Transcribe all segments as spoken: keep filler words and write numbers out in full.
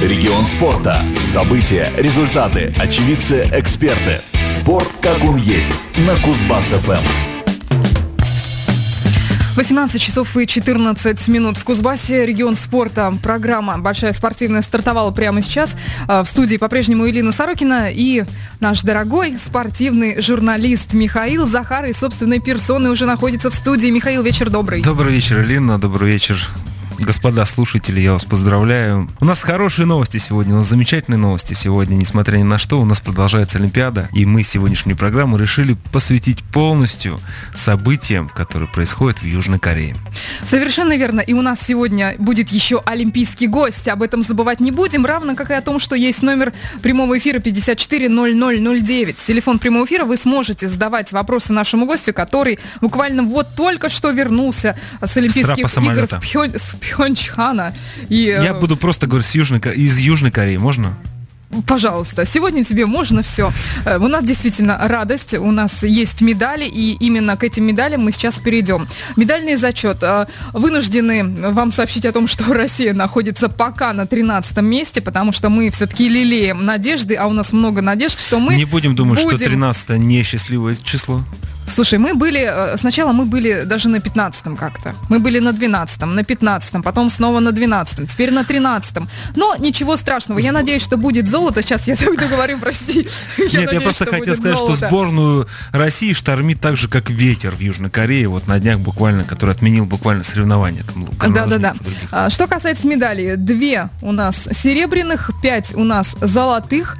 Регион спорта. События, результаты, очевидцы, эксперты. Спорт, как он есть, на Кузбасс-ФМ. восемнадцать часов и четырнадцать минут в Кузбассе. Регион спорта. Программа «Большая спортивная» стартовала прямо сейчас. В студии по-прежнему Элина Сорокина и наш дорогой спортивный журналист Михаил Захарый собственной персоной уже находится в студии. Михаил, вечер добрый. Добрый вечер, Элина. Добрый вечер, господа слушатели, я вас поздравляю. У нас хорошие новости сегодня, у нас замечательные новости сегодня. Несмотря ни на что, у нас продолжается Олимпиада, и мы сегодняшнюю программу решили посвятить полностью событиям, которые происходят в Южной Корее. Совершенно верно. И у нас сегодня будет еще олимпийский гость. Об этом забывать не будем, равно как и о том, что есть номер прямого эфира пятьдесят четыре ноль ноль ноль девять. Телефон прямого эфира. Вы сможете задавать вопросы нашему гостю, который буквально вот только что вернулся с Олимпийских игр в Пхё... Пхёнчхана. И, Я буду просто говорить с Южной... из Южной Кореи, можно? Пожалуйста, сегодня тебе можно все. У нас действительно радость, у нас есть медали, и именно к этим медалям мы сейчас перейдем. Медальный зачет. Вынуждены вам сообщить о том, что Россия находится пока на тринадцатом месте, потому что мы все-таки лелеем надежды, а у нас много надежд, что мы Не будем думать, будем... что тринадцатое несчастливое число. Слушай, мы были, сначала мы были даже на пятнадцатом как-то. Мы были на двенадцатом, на пятнадцатом, потом снова на двенадцатом, теперь на тринадцатом. Но ничего страшного. Я надеюсь, что будет золото. Сейчас я так говорю, прости. Я Нет, надеюсь, я просто хотел сказать, золото. Что сборную России штормит так же, как ветер в Южной Корее. Вот на днях буквально, который отменил буквально соревнования. Да-да-да. А, что касается медалей, две у нас серебряных, пять у нас золотых.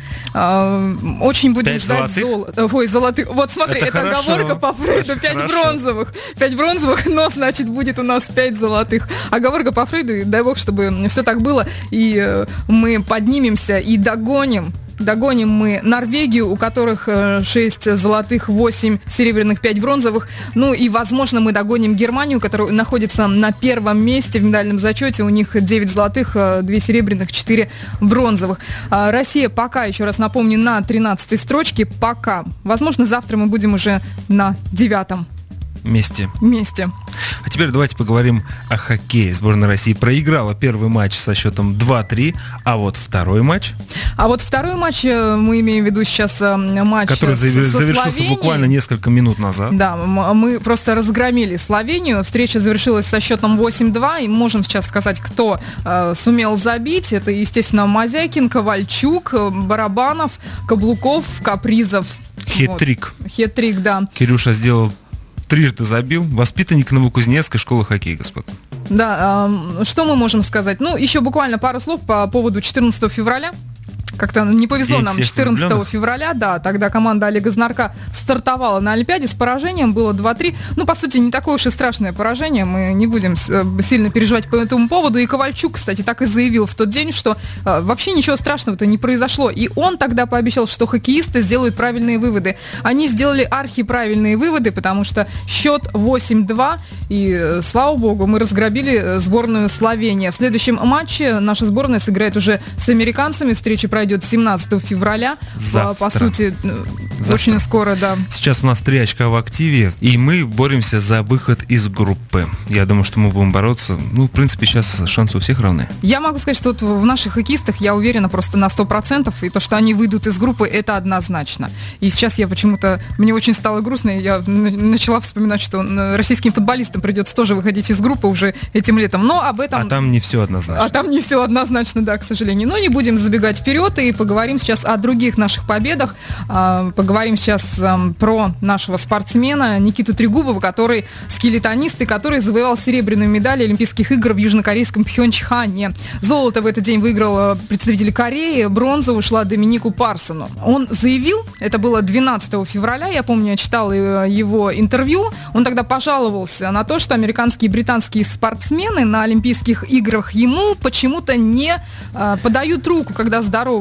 А, очень будем пять ждать золота. Ой, золотых. Вот смотри, это, это оговорка по Фрейду, пять бронзовых. пять бронзовых, но, значит, будет у нас пять золотых. Оговорка по Фрейду, дай бог, чтобы все так было, и э, мы поднимемся и догоним. Догоним мы Норвегию, у которых шесть золотых, восемь серебряных, пять бронзовых. Ну и, возможно, мы догоним Германию, которая находится на первом месте в медальном зачете. У них девять золотых, два серебряных, четыре бронзовых. Россия пока, еще раз напомню, на тринадцатой строчке. Пока. Возможно, завтра мы будем уже на девятом месте. месте. А теперь давайте поговорим о хоккее. Сборная России проиграла первый матч со счетом два-три, а вот второй матч... А вот второй матч, мы имеем в виду сейчас матч, который с, завершился Словенией. Буквально несколько минут назад. Да, мы просто разгромили Словению. Встреча завершилась со счетом восемь-два. И можем сейчас сказать, кто э, сумел забить. Это, естественно, Мазякин, Ковальчук, Барабанов, Каблуков, Капризов. Хет-трик. Вот. Хет-трик, да. Кирюша сделал трижды забил. Воспитанник Новокузнецкой школы хоккея, господа. Да, э, что мы можем сказать? Ну, еще буквально пару слов по поводу четырнадцатого февраля. Как-то не повезло День нам четырнадцатого февраля, да, тогда команда Олега Знарка стартовала на Олимпиаде с поражением, было два-три. Ну, по сути, не такое уж и страшное поражение, мы не будем сильно переживать по этому поводу. И Ковальчук, кстати, так и заявил в тот день, что э, вообще ничего страшного-то не произошло. И он тогда пообещал, что хоккеисты сделают правильные выводы. Они сделали архиправильные выводы, потому что счет восемь-два, и, слава богу, мы разгромили сборную Словении. В следующем матче наша сборная сыграет уже с американцами, встреча пройдет семнадцатого февраля. Завтра. По сути, Завтра. Очень скоро, да. Сейчас у нас три очка в активе, и мы боремся за выход из группы. Я думаю, что мы будем бороться. Ну, в принципе, сейчас шансы у всех равны. Я могу сказать, что вот в наших хоккеистах я уверена просто на сто процентов, и то, что они выйдут из группы, это однозначно. И сейчас я почему-то, мне очень стало грустно, и я начала вспоминать, что российским футболистам придется тоже выходить из группы уже этим летом. Но об этом... А там не все однозначно. А там не все однозначно, да, к сожалению. Но не будем забегать вперед и поговорим сейчас о других наших победах. Поговорим сейчас про нашего спортсмена Никиту Трегубова, который скелетонист и который завоевал серебряную медаль Олимпийских игр в южнокорейском Пхёнчхане. Золото в этот день выиграл представитель Кореи, бронза ушла Доминику Парсону. Он заявил, это было двенадцатого февраля, я помню, я читала его интервью, он тогда пожаловался на то, что американские и британские спортсмены на Олимпийских играх ему почему-то не подают руку, когда здороваются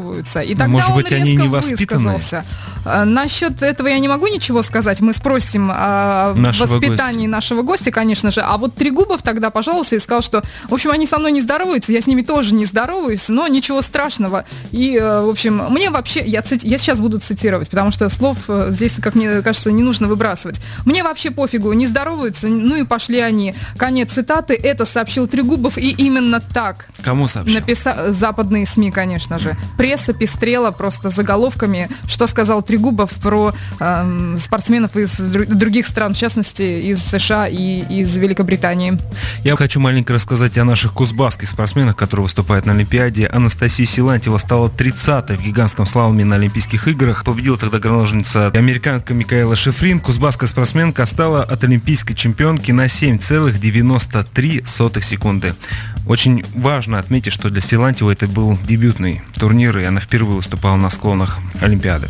здороваются. И тогда Может он быть, резко они не высказался. Насчет этого я не могу ничего сказать. Мы спросим о нашего воспитании гостя. нашего гостя, конечно же. А вот Трегубов тогда пожаловался и сказал, что, в общем, они со мной не здороваются, я с ними тоже не здороваюсь, но ничего страшного. И, в общем, мне вообще, я, цити, я сейчас буду цитировать, потому что слов здесь, как мне кажется, не нужно выбрасывать. Мне вообще пофигу, не здороваются, ну и пошли они. Конец цитаты. Это сообщил Трегубов, и именно так. Кому сообщил? Написа... Западные СМИ, конечно же. Пресса пестрела просто заголовками, что сказал Трегубов про э, спортсменов из других стран, в частности, из США и из Великобритании. Я хочу маленько рассказать о наших кузбасских спортсменах, которые выступают на Олимпиаде. Анастасия Силантьева стала тридцатой в гигантском слаломе на Олимпийских играх. Победила тогда горнолыжница американка Микаэла Шифрин. Кузбасская спортсменка стала от олимпийской чемпионки на семь целых девяносто три сотых секунды. Очень важно отметить, что для Силантьевой это был дебютный турнир, и она впервые выступала на склонах Олимпиады.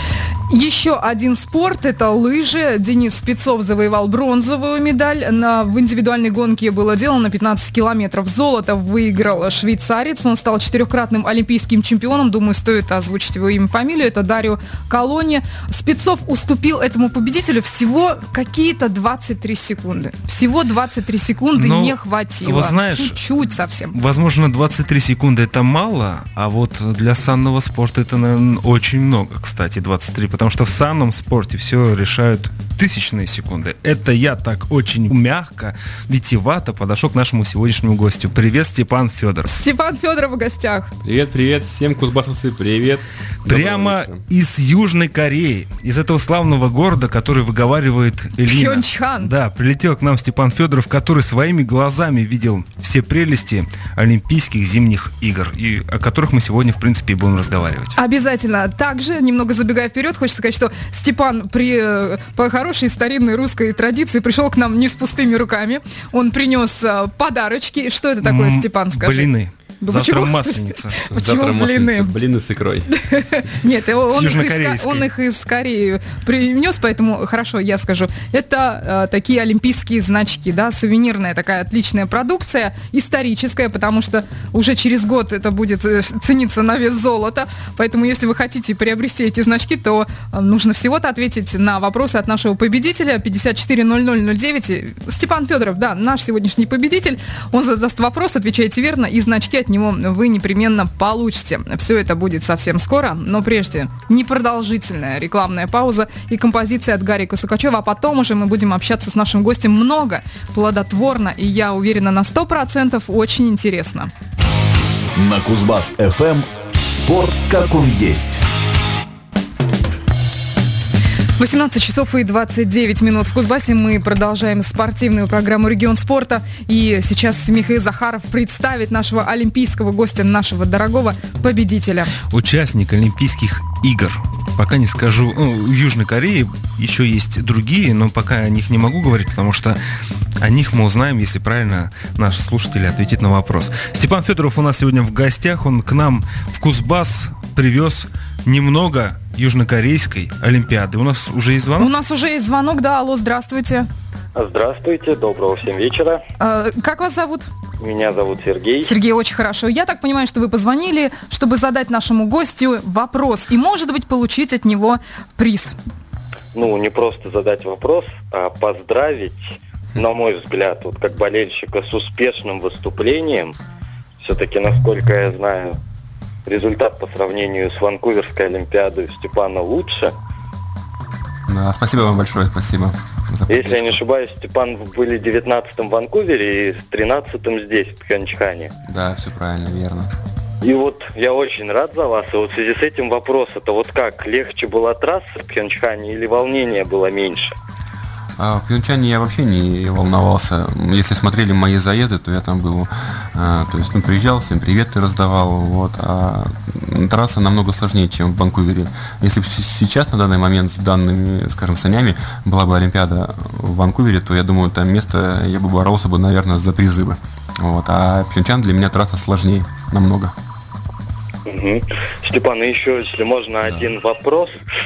Еще один спорт – это лыжи. Денис Спецов завоевал бронзовую медаль. На, в индивидуальной гонке было дело на пятнадцать километров. Золото выиграл швейцарец. Он стал четырехкратным олимпийским чемпионом. Думаю, стоит озвучить его имя, фамилию. Это Дарио Колони. Спецов уступил этому победителю всего какие-то двадцать три секунды. Всего двадцать три секунды Но, не хватило. Вот знаешь, чуть-чуть совсем. Возможно, двадцать три секунды это мало, а вот для санного спорта это, наверное, очень много, кстати, двадцать три. Потому что в санном спорте все решают тысячные секунды. Это я так очень мягко, витиевато подошел к нашему сегодняшнему гостю. Привет, Степан Федоров. Степан Федоров в гостях. Привет, привет, всем кузбассовцы, привет. Прямо из Южной Кореи, из этого славного города, который выговаривает Элина. Пхёнчхан. Да, прилетел к нам Степан Федоров, который своими глазами видел все прелести Олимпийских зимних игр, и о которых мы сегодня, в принципе, и будем разговаривать. Обязательно. Также, немного забегая вперед, хочется сказать, что Степан при, по хорошей старинной русской традиции пришел к нам не с пустыми руками. Он принес подарочки. Что это такое, М- Степан, скажи? Блины. Да Завтра почему? Масленица. Завтра блины? Блины с икрой. Нет, он их, из, он их из Кореи принес, поэтому хорошо, я скажу. Это э, такие олимпийские значки, да, сувенирная такая отличная продукция, историческая, потому что уже через год это будет цениться на вес золота. Поэтому, если вы хотите приобрести эти значки, то э, нужно всего-то ответить на вопросы от нашего победителя пятьдесят четыре ноль ноль ноль девять. Степан Федоров, да, наш сегодняшний победитель. Он задаст вопрос, отвечаете верно, и значки от него вы непременно получите. Все это будет совсем скоро, но прежде непродолжительная рекламная пауза и композиция от Гарика Сукачева, а потом уже мы будем общаться с нашим гостем много, плодотворно, и я уверена на сто процентов очень интересно. На Кузбасс-эф эм спорт как он есть. восемнадцать часов и двадцать девять минут в Кузбассе. Мы продолжаем спортивную программу «Регион спорта». И сейчас Михаил Захаров представит нашего олимпийского гостя, нашего дорогого победителя. Участник Олимпийских игр. Пока не скажу, ну, в Южной Корее еще есть другие, но пока о них не могу говорить, потому что о них мы узнаем, если правильно наши слушатели ответят на вопрос. Степан Федоров у нас сегодня в гостях. Он к нам в Кузбасс привез немного южнокорейской Олимпиады. У нас уже есть звонок? У нас уже есть звонок, да, алло, здравствуйте. Здравствуйте, доброго всем вечера. А, как вас зовут? Меня зовут Сергей. Сергей, очень хорошо. Я так понимаю, что вы позвонили, чтобы задать нашему гостю вопрос и, может быть, получить от него приз. Ну, не просто задать вопрос, а поздравить, на мой взгляд, вот как болельщика с успешным выступлением. Все-таки, насколько я знаю, результат по сравнению с Ванкуверской Олимпиадой у Степана лучше. Да, спасибо вам большое, спасибо. Если я не ошибаюсь, Степан были девятнадцатым в Ванкувере и тринадцатым здесь, в Пхёнчхане. Да, все правильно, верно. И вот я очень рад за вас. И вот в связи с этим вопрос, это вот как, легче была трасса в Пхёнчхане или волнение было меньше? А в Пхёнчхане я вообще не волновался. Если смотрели мои заезды, то я там был, а, то есть, ну, приезжал, всем приветы раздавал, вот, а трасса намного сложнее, чем в Ванкувере. Если бы сейчас, на данный момент, с данными, скажем, санями, была бы Олимпиада в Ванкувере, то я думаю, там место я бы боролся бы, наверное, за призы бы. Вот, а Пхёнчхан для меня трасса сложнее намного. Угу. Степан, еще, если можно, да. один вопрос.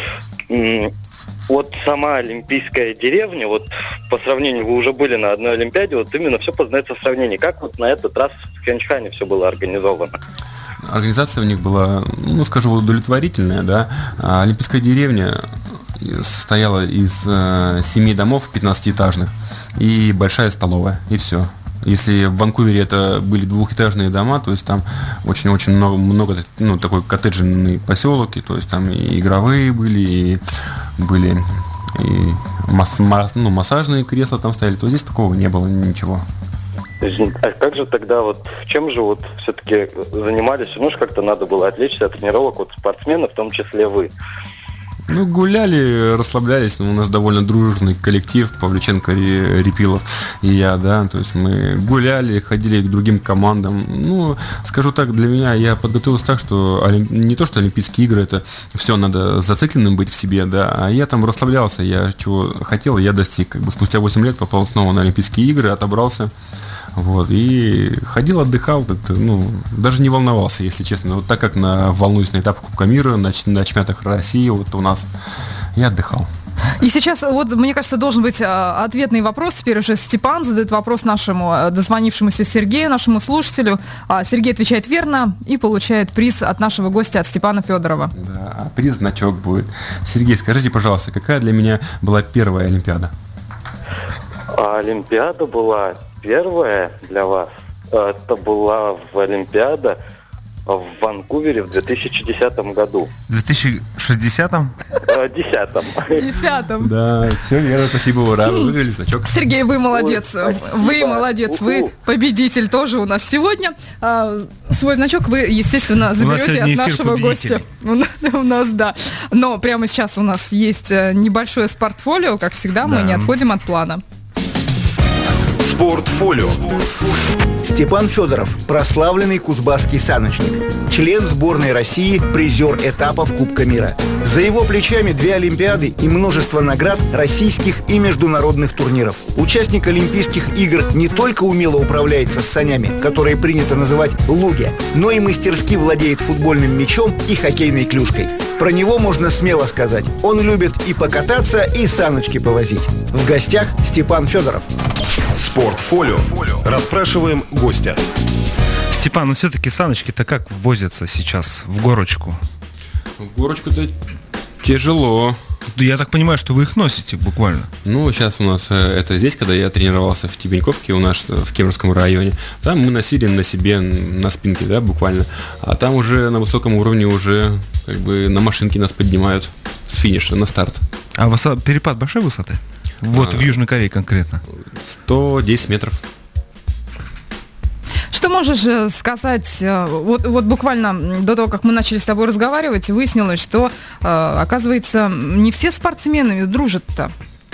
Вот сама Олимпийская деревня, вот по сравнению, вы уже были на одной Олимпиаде, вот именно все познается в сравнении. Как вот на этот раз в Пхёнчхане все было организовано? организация у них была, ну, скажу, удовлетворительная, да. А Олимпийская деревня состояла из э, семи домов пятнадцатиэтажных и большая столовая, и все. Если в Ванкувере это были двухэтажные дома, то есть там очень-очень много, много ну, такой коттеджный поселок, и, то есть там и игровые были, и были и масс, масс, ну, массажные кресла там стояли, то здесь такого не было ничего. А как же тогда вот, в чем же вот все-таки занимались? Ну, же как-то надо было отличиться от тренировок вот спортсменов, в том числе вы. Ну, гуляли, расслаблялись, но у нас довольно дружный коллектив, Павлюченко, Репилов и я, да, то есть мы гуляли, ходили к другим командам. Ну, скажу так, для меня я подготовился так, что не то, что Олимпийские игры, это все, надо зацикленным быть в себе, да, а я там расслаблялся, я чего хотел, я достиг, как бы спустя восемь лет попал снова на Олимпийские игры, отобрался. Вот, и ходил, отдыхал, как-то, ну, даже не волновался, если честно. Вот так как на волнуюсь на этап Кубка мира, на, на чемпионатах России, вот у нас, я отдыхал. И сейчас, вот, мне кажется, должен быть а, ответный вопрос. Теперь уже Степан задает вопрос нашему а, дозвонившемуся Сергею, нашему слушателю. А, Сергей отвечает верно и получает приз от нашего гостя, от Степана Федорова. Да, а приз значок будет. Сергей, скажите, пожалуйста, какая для меня была первая Олимпиада? А Олимпиада была... Первая для вас, это была в Олимпиада в Ванкувере в две тысячи десятом году. В две тысячи шестидесятом? Десятом. Десятом. Да, все верно, спасибо, ура, выиграли значок. Сергей, вы молодец, Ой, вы молодец, вы победитель тоже у нас сегодня. А, свой значок вы, естественно, заберете от нашего гостя. У нас, да. Но прямо сейчас у нас есть небольшое спортфолио, как всегда, мы не отходим от плана. Спортфолио. Степан Федоров, прославленный кузбасский саночник, член сборной России, призер этапов Кубка мира. За его плечами две Олимпиады и множество наград российских и международных турниров. Участник Олимпийских игр не только умело управляется с санями, которые принято называть луги, но и мастерски владеет футбольным мячом и хоккейной клюшкой. Про него можно смело сказать: он любит и покататься, и саночки повозить. В гостях Степан Федоров. Спортфолио. Расспрашиваем гостя. Степан, ну все-таки саночки-то как возятся сейчас в горочку? В горочку-то тяжело. Я так понимаю, что вы их носите буквально. Ну, сейчас у нас это здесь, когда я тренировался в Тебеньковке, у нас в Кемеровском районе, там мы носили на себе, на спинке, да, буквально. А там уже на высоком уровне уже как бы на машинке нас поднимают с финиша на старт. А высо... перепад большой высоты? Вот а, в Южной Корее конкретно. сто десять метров. Что можешь сказать, вот, вот буквально до того, как мы начали с тобой разговаривать, выяснилось, что, оказывается, не все спортсмены дружат-то.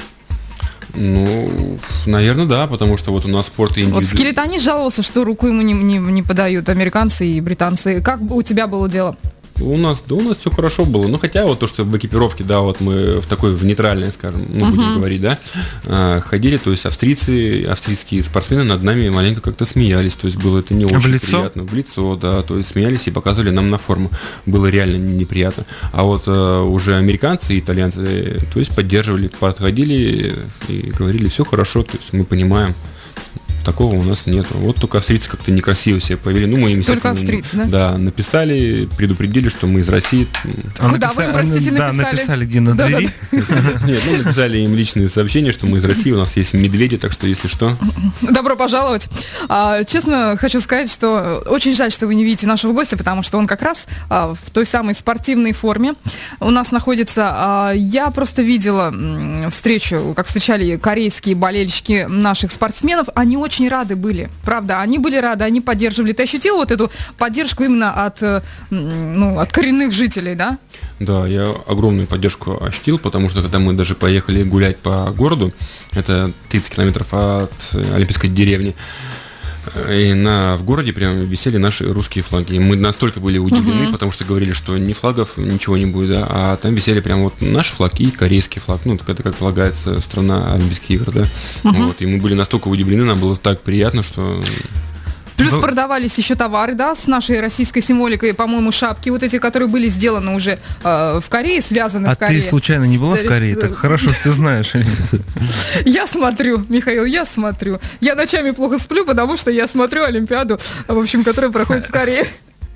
Ну, наверное, да, потому что вот у нас спорт и индивиду... Вот Скелетонис жаловался, что руку ему не, не, не подают американцы и британцы. Как у тебя было дело? У нас, да, у нас все хорошо было. Ну, хотя вот то, что в экипировке, да, вот мы в такой, в нейтральной, скажем, ну, uh-huh. будем говорить, да, э, ходили, то есть австрийцы, австрийские спортсмены над нами маленько как-то смеялись, то есть было это не очень в лицо? приятно. В лицо, да, то есть смеялись и показывали нам на форму. Было реально неприятно. А вот э, уже американцы и итальянцы, то есть поддерживали, подходили и говорили, все хорошо, то есть мы понимаем. Такого у нас нет. Вот только австрийцы как-то некрасиво себя повели. Ну, мы им, только австрийцы, да? Да, написали, предупредили, что мы из России. А Куда написали, вы, простите, да, написали? написали, где на двери. Нет, ну, написали им личные сообщения, что мы из России, у нас есть медведи, так что, если что... Добро пожаловать. А, честно, хочу сказать, что очень жаль, что вы не видите нашего гостя, потому что он как раз а, в той самой спортивной форме у нас находится. А, я просто видела м, встречу, как встречали корейские болельщики наших спортсменов. Они очень очень рады были, правда, они были рады, они поддерживали. Ты ощутил вот эту поддержку именно от, ну, от коренных жителей, да? Да, я огромную поддержку ощутил, потому что когда мы даже поехали гулять по городу, это тридцать километров от Олимпийской деревни, и на, в городе прям висели наши русские флаги. И мы настолько были удивлены, uh-huh. потому что говорили, что ни флагов, ничего не будет, да, а там висели прям вот наш флаг и корейский флаг. Ну, это как полагается страна Олимпийских игр, да. Uh-huh. Вот, и мы были настолько удивлены, нам было так приятно, что... Плюс ну, продавались еще товары, да, с нашей российской символикой, по-моему, шапки, вот эти, которые были сделаны уже э, в Корее, связаны а в Корее. А ты случайно не была в Корее? Так хорошо все знаешь. Я смотрю, Михаил, я смотрю. Я ночами плохо сплю, потому что я смотрю Олимпиаду, в общем, которая проходит в Корее.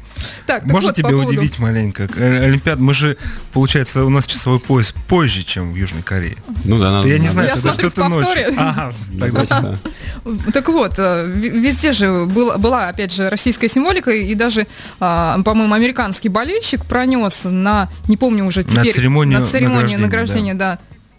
Так, можно вот, тебя по поводу... удивить маленько? Олимпиада, мы же, получается, у нас часовой пояс позже, чем в Южной Корее. Ну да, надо. Я не знаю, Я тогда смотрю что-то в повторе. ночью. Ага, тогда часа. Так вот, везде же была, была, опять же, российская символика, и даже, по-моему, американский болельщик пронес на, не помню уже теперь, на церемонию, на церемонию награждения, награждения, да.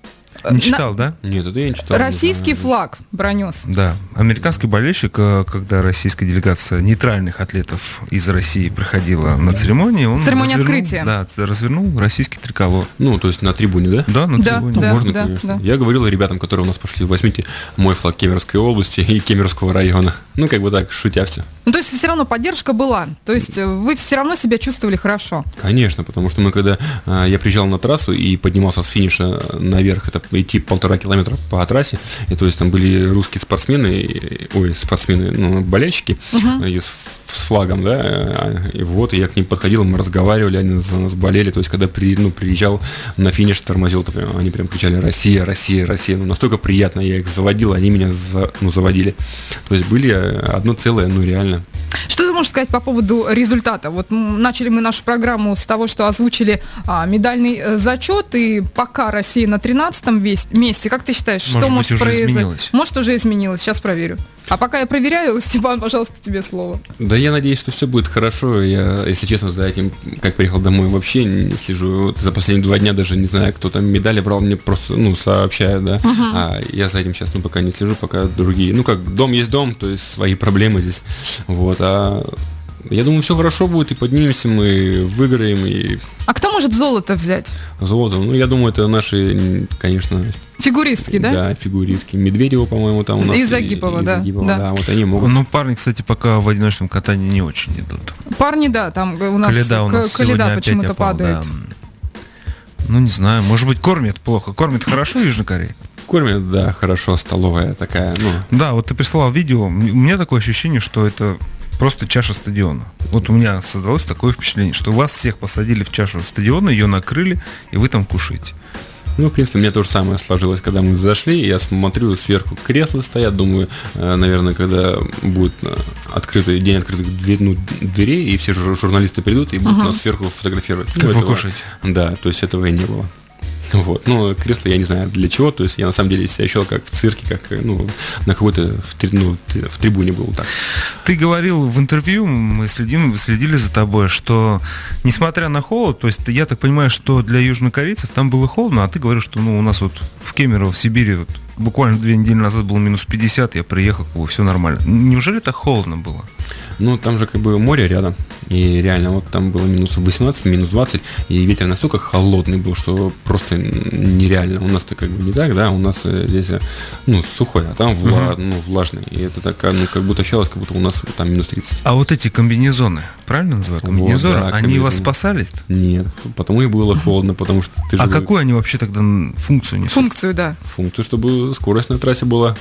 Не читал, на... да? Нет, это я не читал. Российский не флаг пронес. Да, американский болельщик, когда российская делегация нейтральных атлетов из России проходила на церемонии, он Церемония развернул, открытия. Да, развернул российский триколор. Ну, то есть на трибуне, да? Да, на Да, трибуне. да. Можно, конечно. да. Я говорил ребятам, которые у нас пошли, возьмите мой флаг Кемеровской области и Кемеровского района. Ну, как бы так, шутя все. Ну, то есть все равно поддержка была. То есть вы все равно себя чувствовали хорошо. Конечно, потому что мы когда а, я приезжал на трассу и поднимался с финиша наверх, это идти полтора километра по трассе, и то есть там были русские спортсмены, и, ой, спортсмены, ну, болельщики uh-huh. и с, с флагом, да, и вот, и я к ним подходил, мы разговаривали, они за нас болели, то есть когда при, ну, приезжал на финиш, тормозил, то прям, они прям кричали «Россия, Россия, Россия», ну, настолько приятно, я их заводил, они меня за, ну, заводили, то есть были одно целое, ну, реально. Что ты можешь сказать по поводу результата? Вот начали мы нашу программу с того, что озвучили а, медальный э, зачет, и пока Россия на тринадцатом месте, как ты считаешь, может что быть, может уже произойти? изменилось. Может, уже изменилось, сейчас проверю. А пока я проверяю, Степан, пожалуйста, тебе слово. Да я надеюсь, что все будет хорошо. Я, если честно, за этим, как приехал домой, вообще не слежу. Вот за последние два дня даже не знаю, кто там медали брал, мне просто, ну, сообщают, да. Uh-huh. А я за этим сейчас, ну, пока не слежу, пока другие. Ну, как дом есть дом, то есть свои проблемы здесь. Вот, а я думаю, все хорошо будет, и поднимемся мы, выиграем, и... А кто может золото взять? Золото, ну, я думаю, это наши, конечно... Фигуристки, да? Да, фигуристки. Медведева, по-моему, там у нас. И Загипова, и, да. И Загипова, да. да, вот они могут. Ну, парни, кстати, пока в одиночном катании не очень идут. Парни, да, там у нас, Коляда у нас к- Коляда почему-то опал, падает. Да. Ну, не знаю, может быть, кормят плохо. Кормят хорошо в Южной Корее? Кормят, да, хорошо, столовая такая, ну... Да, вот ты прислал видео, у меня такое ощущение, что это просто чаша стадиона. Вот у меня создалось такое впечатление, что вас всех посадили в чашу стадиона, ее накрыли, и вы там кушаете. Ну, в принципе, у меня то же самое сложилось, когда мы зашли, я смотрю, сверху кресла стоят, думаю, наверное, когда будет открытый день открытых дверь, ну, дверей, и все журналисты придут и будут uh-huh. нас сверху фотографировать. Как ну, вы этого, кушаете? Да, то есть этого и не было. Вот. Ну, кресло я не знаю для чего, то есть я на самом деле себя ощущал как в цирке, как, ну, на какой-то в, три, ну, в трибуне был так. Ты говорил в интервью, мы следим, следили за тобой, что несмотря на холод, то есть я так понимаю, что для южнокорейцев там было холодно, а ты говоришь, что ну, у нас вот в Кемерово, в Сибири, вот, буквально две недели назад было минус пятьдесят, я приехал, все нормально. Неужели так холодно было? Ну, там же как бы море рядом, и реально вот там было минус восемнадцать, минус двадцать, и ветер настолько холодный был, что просто нереально. У нас-то как бы не так, да, у нас здесь, ну, сухой, а там вла, uh-huh. ну, влажный, и это так, ну, как будто ощущалось, как будто у нас там минус тридцать. А вот эти комбинезоны, правильно называют? Комбинезоны, вот, да, они вас спасали? Нет, потому и было холодно, потому что ты же... А какую они вообще тогда функцию несут? Функцию, да. Функцию, чтобы скорость на трассе была.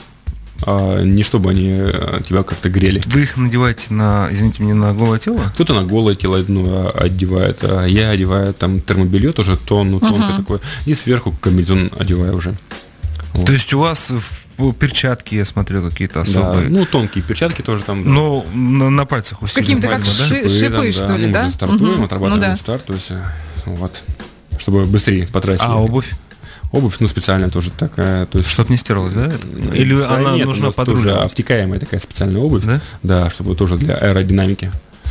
А не чтобы они тебя как-то грели. Вы их надеваете на, извините меня, на голое тело? Кто-то на голое тело, ну, одевает, а я одеваю там термобелье, тоже тон, ну, тонкое uh-huh. такое, и сверху комбинезон одеваю уже. Вот. То есть у вас в перчатки, я смотрел, какие-то особые? Да, ну, тонкие перчатки тоже там. Но на, на пальцах у с какими-то как пальцем, ши- да? шипы, там, что да, ли, мы да? уже стартуем, uh-huh. отрабатываем ну, да. старт, то есть, вот, чтобы быстрее по трассе. А обувь? Обувь, ну, специальная тоже такая. То есть, чтобы не стиралась, да? Или да, она нет, нужна под рулем? Обтекаемая такая специальная обувь. Да? Да, чтобы тоже для аэродинамики.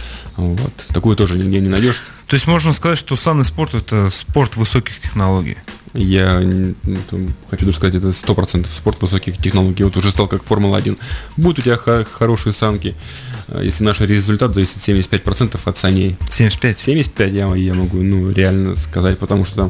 Вот. Такую тоже нигде не найдешь. То есть можно сказать, что санный спорт — это спорт высоких технологий? Я там, хочу даже сказать, это сто процентов спорт высоких технологий. Вот уже стал как Формула один. Будут у тебя хор- хорошие санки. Если наш результат зависит семьдесят пять процентов от саней. семьдесят пять? семьдесят пять я, я могу ну, реально сказать, потому что там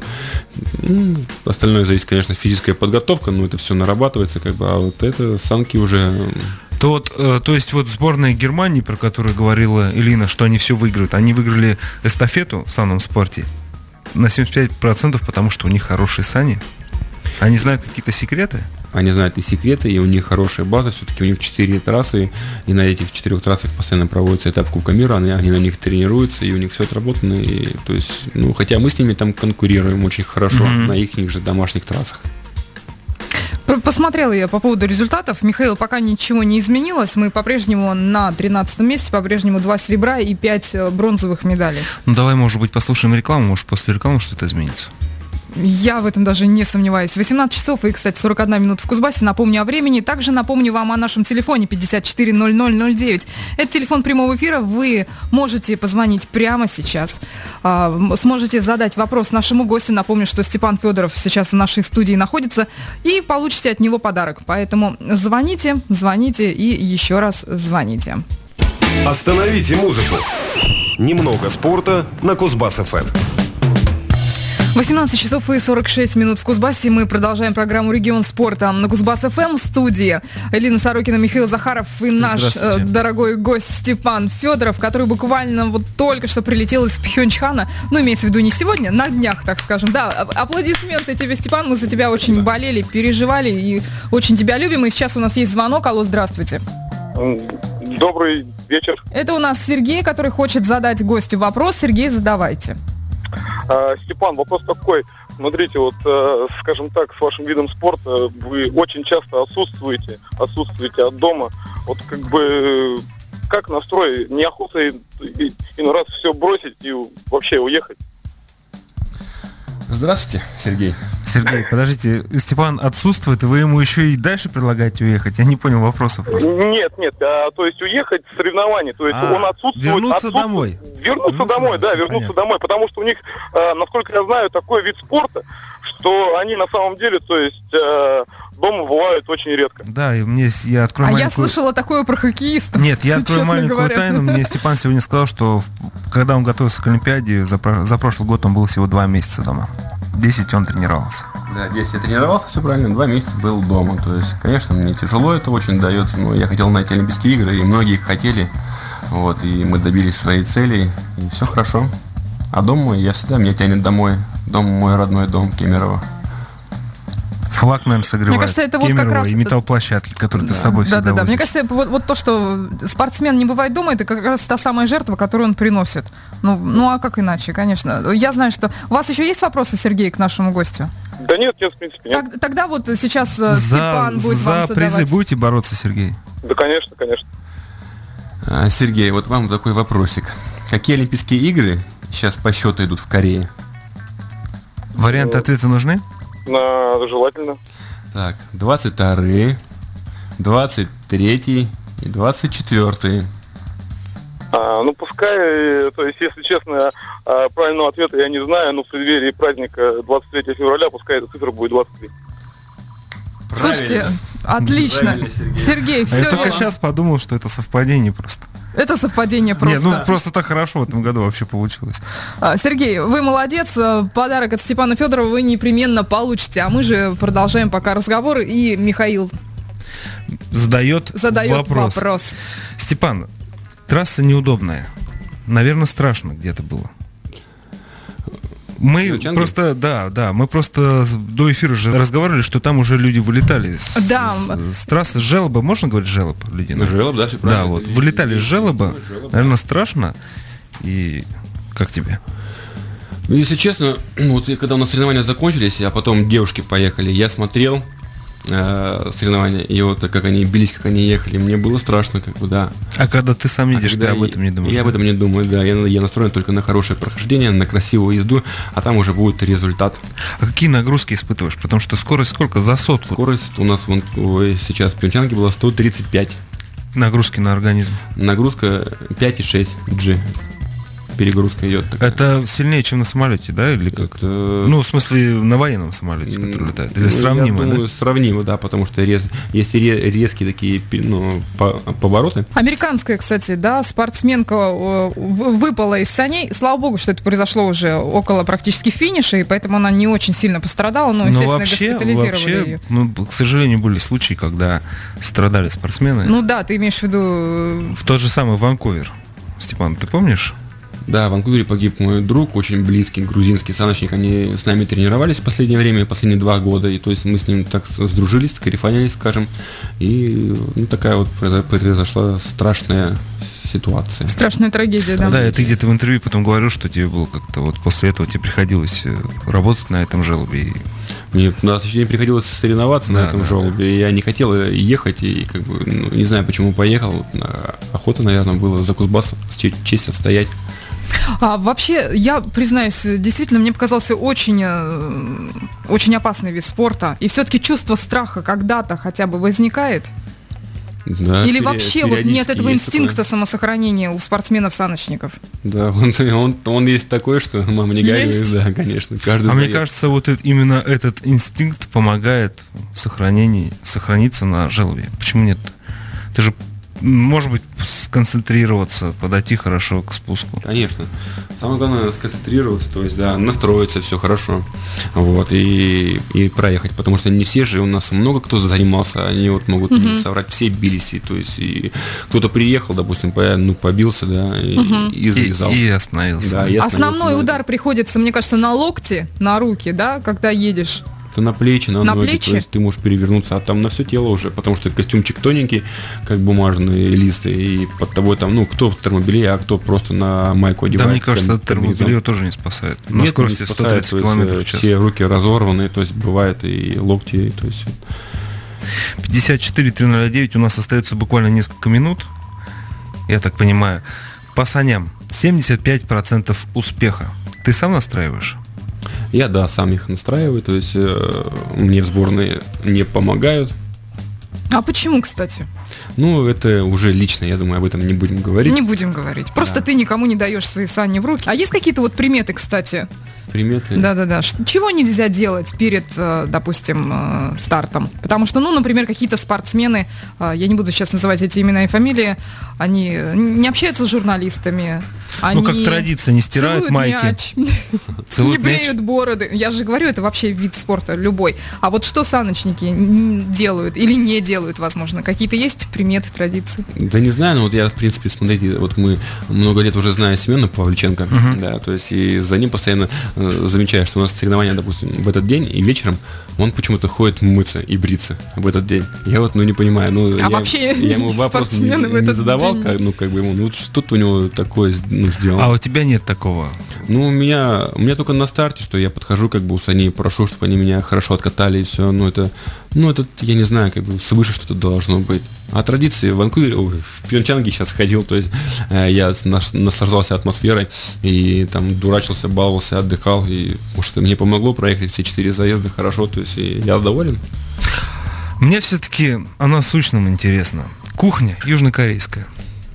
ну, остальное зависит, конечно, физическая подготовка, но это все нарабатывается, как бы, а вот это санки уже... То, вот, э, то есть вот сборная Германии, про которую говорила Элина, что они все выиграют, они выиграли эстафету в санном спорте на семьдесят пять процентов, потому что у них хорошие сани. Они знают какие-то секреты? Они знают и секреты, и у них хорошая база, все-таки у них четыре трассы, и на этих четырех трассах постоянно проводится этап Кубка мира, они, они на них тренируются, и у них все отработано, и, то есть, ну, хотя мы с ними там конкурируем очень хорошо mm-hmm. на их же домашних трассах. Посмотрела я по поводу результатов. Михаил, пока ничего не изменилось. Мы по-прежнему на тринадцатом месте, по-прежнему два серебра и пять бронзовых медалей. Ну давай, может быть, послушаем рекламу, может после рекламы что-то изменится. Я в этом даже не сомневаюсь. восемнадцать часов и, кстати, сорок одна минута в Кузбассе. Напомню о времени. Также напомню вам о нашем телефоне пятьдесят четыре ноль ноль ноль девять. Это телефон прямого эфира. Вы можете позвонить прямо сейчас. А, сможете задать вопрос нашему гостю. Напомню, что Степан Федоров сейчас в нашей студии находится. И получите от него подарок. Поэтому звоните, звоните и еще раз звоните. Остановите музыку. Немного спорта на Кузбасс-ФМ. восемнадцать часов и сорок шесть минут в Кузбассе. Мы продолжаем программу «Регион спорта» на Кузбасс-ФМ. В студии Элина Сорокина, Михаил Захаров и наш э, дорогой гость Степан Федоров, который буквально вот только что прилетел из Пхенчхана. Ну, имеется в виду не сегодня, на днях, так скажем. Да, аплодисменты тебе, Степан. Мы за тебя очень болели, переживали и очень тебя любим. И сейчас у нас есть звонок. Алло, здравствуйте. Добрый вечер. Это у нас Сергей, который хочет задать гостю вопрос. Сергей, задавайте. А, Степан, вопрос такой. Смотрите, вот, э, скажем так, с вашим видом спорта вы очень часто отсутствуете, отсутствуете от дома. Вот как бы, как настрой? Неохота и, и, иной раз все бросить и вообще уехать? Здравствуйте, Сергей. Сергей, подождите, Степан отсутствует, и вы ему еще и дальше предлагаете уехать? Я не понял вопроса просто. Нет, нет, а, то есть уехать с соревнований, то есть а, он отсутствует. Вернуться отсутствует, домой. Вернуться, вернуться домой, да, вернуться понятно. домой, потому что у них, а, насколько я знаю, такой вид спорта, что они на самом деле, то есть а, дома бывают очень редко. Да, и мне я открою а маленькую... я слышала такое про хоккеистов. Нет, я открою маленькую говоря. тайну. Мне Степан сегодня сказал, что когда он готовился к Олимпиаде, за, за прошлый год он был всего два месяца дома. десять он тренировался. Да, десять я тренировался, все правильно, два месяца был дома. То есть, конечно, мне тяжело это очень дается, но я хотел найти Олимпийские игры, и многие их хотели. Вот, и мы добились своей цели, и все хорошо. А дома я всегда, меня тянет домой. Дом мой родной дом, Кемерово. Флаг, наверное, согревает. Мне кажется, это вот Кемерово как раз... и металлплощадки, которые да, ты с собой всегда Да, да, да. возишь. Мне кажется, вот, вот то, что спортсмен не бывает дома, это как раз та самая жертва, которую он приносит. Ну, ну а как иначе, конечно. Я знаю, что... У вас еще есть вопросы, Сергей, к нашему гостю? Да нет, нет, в принципе, нет. Так, тогда вот сейчас за, Степан будет за вам задавать. За призы будете бороться, Сергей? Да, конечно, конечно. А, Сергей, вот вам такой вопросик. Какие Олимпийские игры сейчас по счету идут в Корее? Варианты ответа нужны? На, желательно. Так, двадцать второй, двадцать третий и двадцать четвёртый. А, ну, пускай, то есть, если честно, правильного ответа я не знаю, но в преддверии праздника двадцать третьего февраля, пускай эта цифра будет двадцать три. Слушайте, отлично. Сергей, Сергей все. Я только сейчас подумал, что это совпадение просто. Это совпадение просто. Нет, ну просто так хорошо в этом году вообще получилось. Сергей, вы молодец. Подарок от Степана Федорова вы непременно получите. А мы же продолжаем пока разговор. И Михаил задает, задает вопрос. вопрос. Степан, трасса неудобная. Наверное, страшно где-то было. Мы Пхенчхан? просто, да, да, мы просто до эфира же разговаривали, что там уже люди вылетали с, да. с, с трассы, с желоба, можно говорить желоб? Люди, ну, желоб, да, все правильно. Да, вот, вылетали с желоба, наверное, страшно. И как тебе? Ну, если честно, вот когда у нас соревнования закончились, а потом девушки поехали, я смотрел э, соревнования, и вот как они бились, как они ехали, мне было страшно, как бы, да. А когда ты сам едешь, а ты об этом не думаешь? Я да? об этом не думаю, да. Я, я настроен только на хорошее прохождение, на красивую езду, а там уже будет результат. А какие нагрузки испытываешь? Потому что скорость сколько? За сотку? Скорость у нас вон, ой, сейчас в Пхенчхане была сто тридцать пять. Нагрузки на организм? Нагрузка пять и шесть джи. Перегрузка идет. Такая. Это сильнее, чем на самолете, да? Или как? Это... Ну, в смысле, на военном самолете, который летает. Или ну, сравнимо, я думаю, да? сравнимо, да, потому что рез... есть резкие такие, ну, повороты. Американская, кстати, да, спортсменка выпала из саней. Слава богу, что это произошло уже около практически финиша, и поэтому она не очень сильно пострадала, но, естественно, вообще, госпитализировали вообще, ее. Ну, к сожалению, были случаи, когда страдали спортсмены. Ну да, ты имеешь в виду... В тот же самый Ванкувер. Степан, ты помнишь? Да, в Ванкувере погиб мой друг, очень близкий, грузинский саночник. Они с нами тренировались в последнее время, последние два года. И то есть мы с ним так сдружились, скарифанились, скажем. И ну, такая вот произошла страшная ситуация. Страшная трагедия, да. Да, ты где-то в интервью потом говорил, что тебе было как-то вот после этого тебе приходилось работать на этом желобе. Мне на не приходилось соревноваться да, на этом да, желобе. Да. Я не хотел ехать и как бы ну, не знаю, почему поехал. Охота, наверное, было за Кузбасс честь отстоять. А вообще, я признаюсь, действительно, мне показался очень, очень опасный вид спорта. И все-таки чувство страха когда-то хотя бы возникает? Да, Или вообще вот нет этого инстинкта такое. Самосохранения у спортсменов-саночников? Да, он, он, он есть такой, что мама не горюет, да, конечно. Каждый а заезд. мне кажется, вот это, именно этот инстинкт помогает в сохранении, сохраниться на желобе. Почему нет? Ты же, может быть, сконцентрироваться, подойти хорошо к спуску. Конечно. Самое главное сконцентрироваться, то есть, да, настроиться, все хорошо. Вот, и, и проехать. Потому что не все же, у нас много кто занимался, они вот могут mm-hmm. соврать, все бились. И, то есть, и кто-то приехал, допустим, по, ну, побился, да, и, mm-hmm. и залезал. И, и остановился. Да, и остановился. Основной удар приходится, мне кажется, на локти, на руки, да, когда едешь. Это на плечи, на, на ноги, плечи? то есть ты можешь перевернуться, а там на все тело уже, потому что костюмчик тоненький, как бумажные листы, и под тобой там, ну, кто в термобелье, а кто просто на майку одевает. Да, мне кажется, термобелье тоже не спасает. Нет, на скорости не спасает, сто тридцать километров в час. Все руки разорваны, то есть бывает и локти, то есть... пятьдесят четыре триста девять, у нас остается буквально несколько минут, я так понимаю. По саням семьдесят пять процентов успеха. Ты сам настраиваешь? Я, да, сам их настраиваю, то есть э, мне в сборной не помогают. А почему, кстати? Ну, это уже лично, я думаю, об этом не будем говорить. Не будем говорить. Просто да. Ты никому не даешь свои сани в руки. А есть какие-то вот приметы, кстати? Приметы? Да-да-да. Чего нельзя делать перед, допустим, стартом? Потому что, ну, например, какие-то спортсмены, я не буду сейчас называть эти имена и фамилии, они не общаются с журналистами. Они ну, как традиция, не стирают майки. Не бреют бороды. Я же говорю, это вообще вид спорта любой. А вот что саночники делают или не делают, возможно? Какие-то есть приметы, традиции? Да не знаю, но вот я, в принципе, смотрите, вот мы много лет уже знаем Семена Павличенко, uh-huh. да, то есть и за ним постоянно э, замечаю, что у нас соревнования, допустим, в этот день и вечером он почему-то ходит мыться и бриться в этот день. Я вот, ну, не понимаю, ну, а я, вообще я ему вопрос не, не задавал, как, ну, как бы ему, ну, что-то у него такое, ну, сделал. А у тебя нет такого? Ну, у меня, у меня только на старте, что я подхожу, как бы у саней, прошу, чтобы они меня хорошо откатали и все, ну, это, ну, это, я не знаю, как бы свыше что-то должно быть. А традиции в Ванкувере, в Пьончанге сейчас ходил, то есть э, я наш, наслаждался атмосферой и там дурачился, баловался, отдыхал, и может, мне помогло проехать все четыре заезда хорошо, то есть и я доволен. Мне все-таки о насущном интересно. Кухня южнокорейская.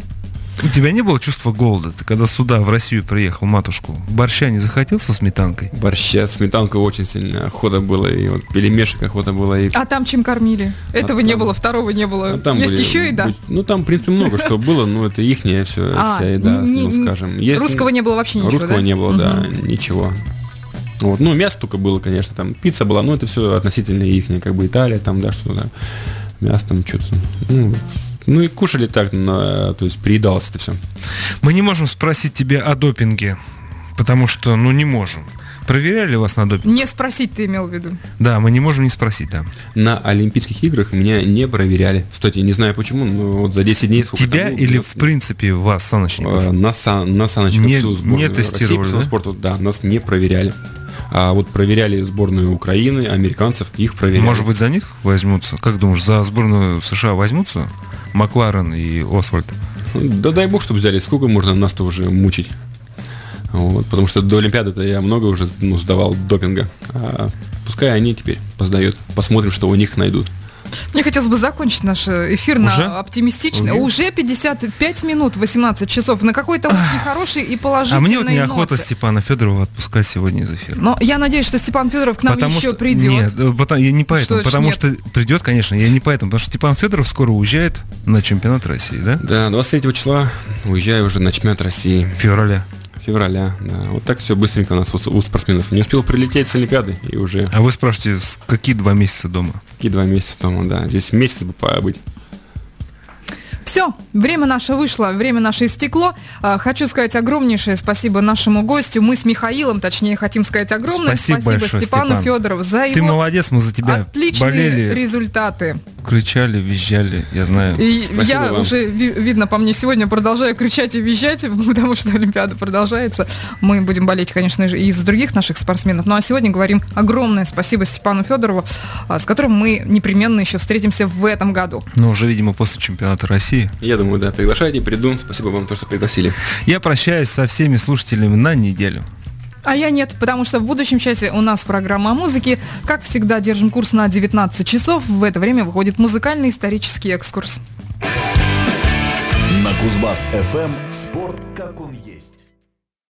У тебя не было чувства голода? Ты когда сюда, в Россию приехал, матушку, борща не захотел со сметанкой? Борща, сметанка очень сильно охота было, и вот пельмешек охота было. И... А там чем кормили? Этого а не там... было, второго не было. А там есть были... еще еда? Ну, там, в принципе, много что было, но это ихняя все, а, вся еда, не, ну, скажем. Есть... Русского не было вообще ничего, Русского да? не было, угу. да, ничего. Вот. Ну, мясо только было, конечно, там пицца была, но это все относительно ихняя, как бы Италия, там, да, что-то, мясо там, что-то, ну... Ну и кушали так, на, то есть приедалось это все. Мы не можем спросить тебя о допинге, потому что, ну, не можем. Проверяли вас на допинг? Не спросить ты имел в виду? Да, мы не можем не спросить, да. На Олимпийских играх меня не проверяли. Кстати, не знаю почему, но вот за десять дней... Тебя там, или ну, в принципе вас, саночников? На, сан, на саночников не, всю сборную не тестировали, России по да? спорту, да, нас не проверяли. А вот проверяли сборную Украины, американцев, их проверяли. Может быть, за них возьмутся? Как думаешь, за сборную США возьмутся? Макларен и Освальд? Да дай бог, чтобы взяли. Сколько можно нас-то уже мучить? Вот, потому что до Олимпиады-то я много уже ну, сдавал допинга. А пускай они теперь поздают. Посмотрим, что у них найдут. Мне хотелось бы закончить наш эфир уже? на оптимистичной. Уже? уже пятьдесят пять минут, восемнадцать часов. На какой-то очень хороший и положительной ноте. А мне вот неохота Степана Федорова отпускать сегодня из эфира. Но я надеюсь, что Степан Федоров к нам потому еще что, придет. Нет, потому, я не поэтому. Что потому нет? что придет, конечно, я не поэтому. Потому что Степан Федоров скоро уезжает на чемпионат России, да? Да, двадцать третьего числа уезжаю уже на чемпионат России. Февраля. Февраля, да. Вот так все быстренько у нас у спортсменов. Не успел прилететь с Олимпиады и уже... А вы спрашиваете, какие два месяца дома? Какие два месяца дома, да. Здесь месяц бы побыть. Все Все, время наше вышло, время наше истекло. Хочу сказать огромнейшее спасибо нашему гостю. Мы с Михаилом, точнее, хотим сказать огромное спасибо, спасибо большое, Степану Степан. Федорову за Ты его молодец, мы за тебя отличные болели, результаты. кричали, визжали, я знаю. И Спасибо я вам. уже, ви- видно по мне сегодня, продолжаю кричать и визжать, потому что Олимпиада продолжается. Мы будем болеть, конечно же, и за других наших спортсменов. Ну а сегодня говорим огромное спасибо Степану Федорову, а, с которым мы непременно еще встретимся в этом году. Но уже, видимо, после чемпионата России. Я думаю, да, приглашайте, приду. Спасибо вам, то, что пригласили. Я прощаюсь со всеми слушателями на неделю. А я нет, потому что в будущем часе у нас программа о музыке. Как всегда, держим курс на девятнадцать часов. В это время выходит музыкальный исторический экскурс. На Кузбасс эф эм спорт как он есть.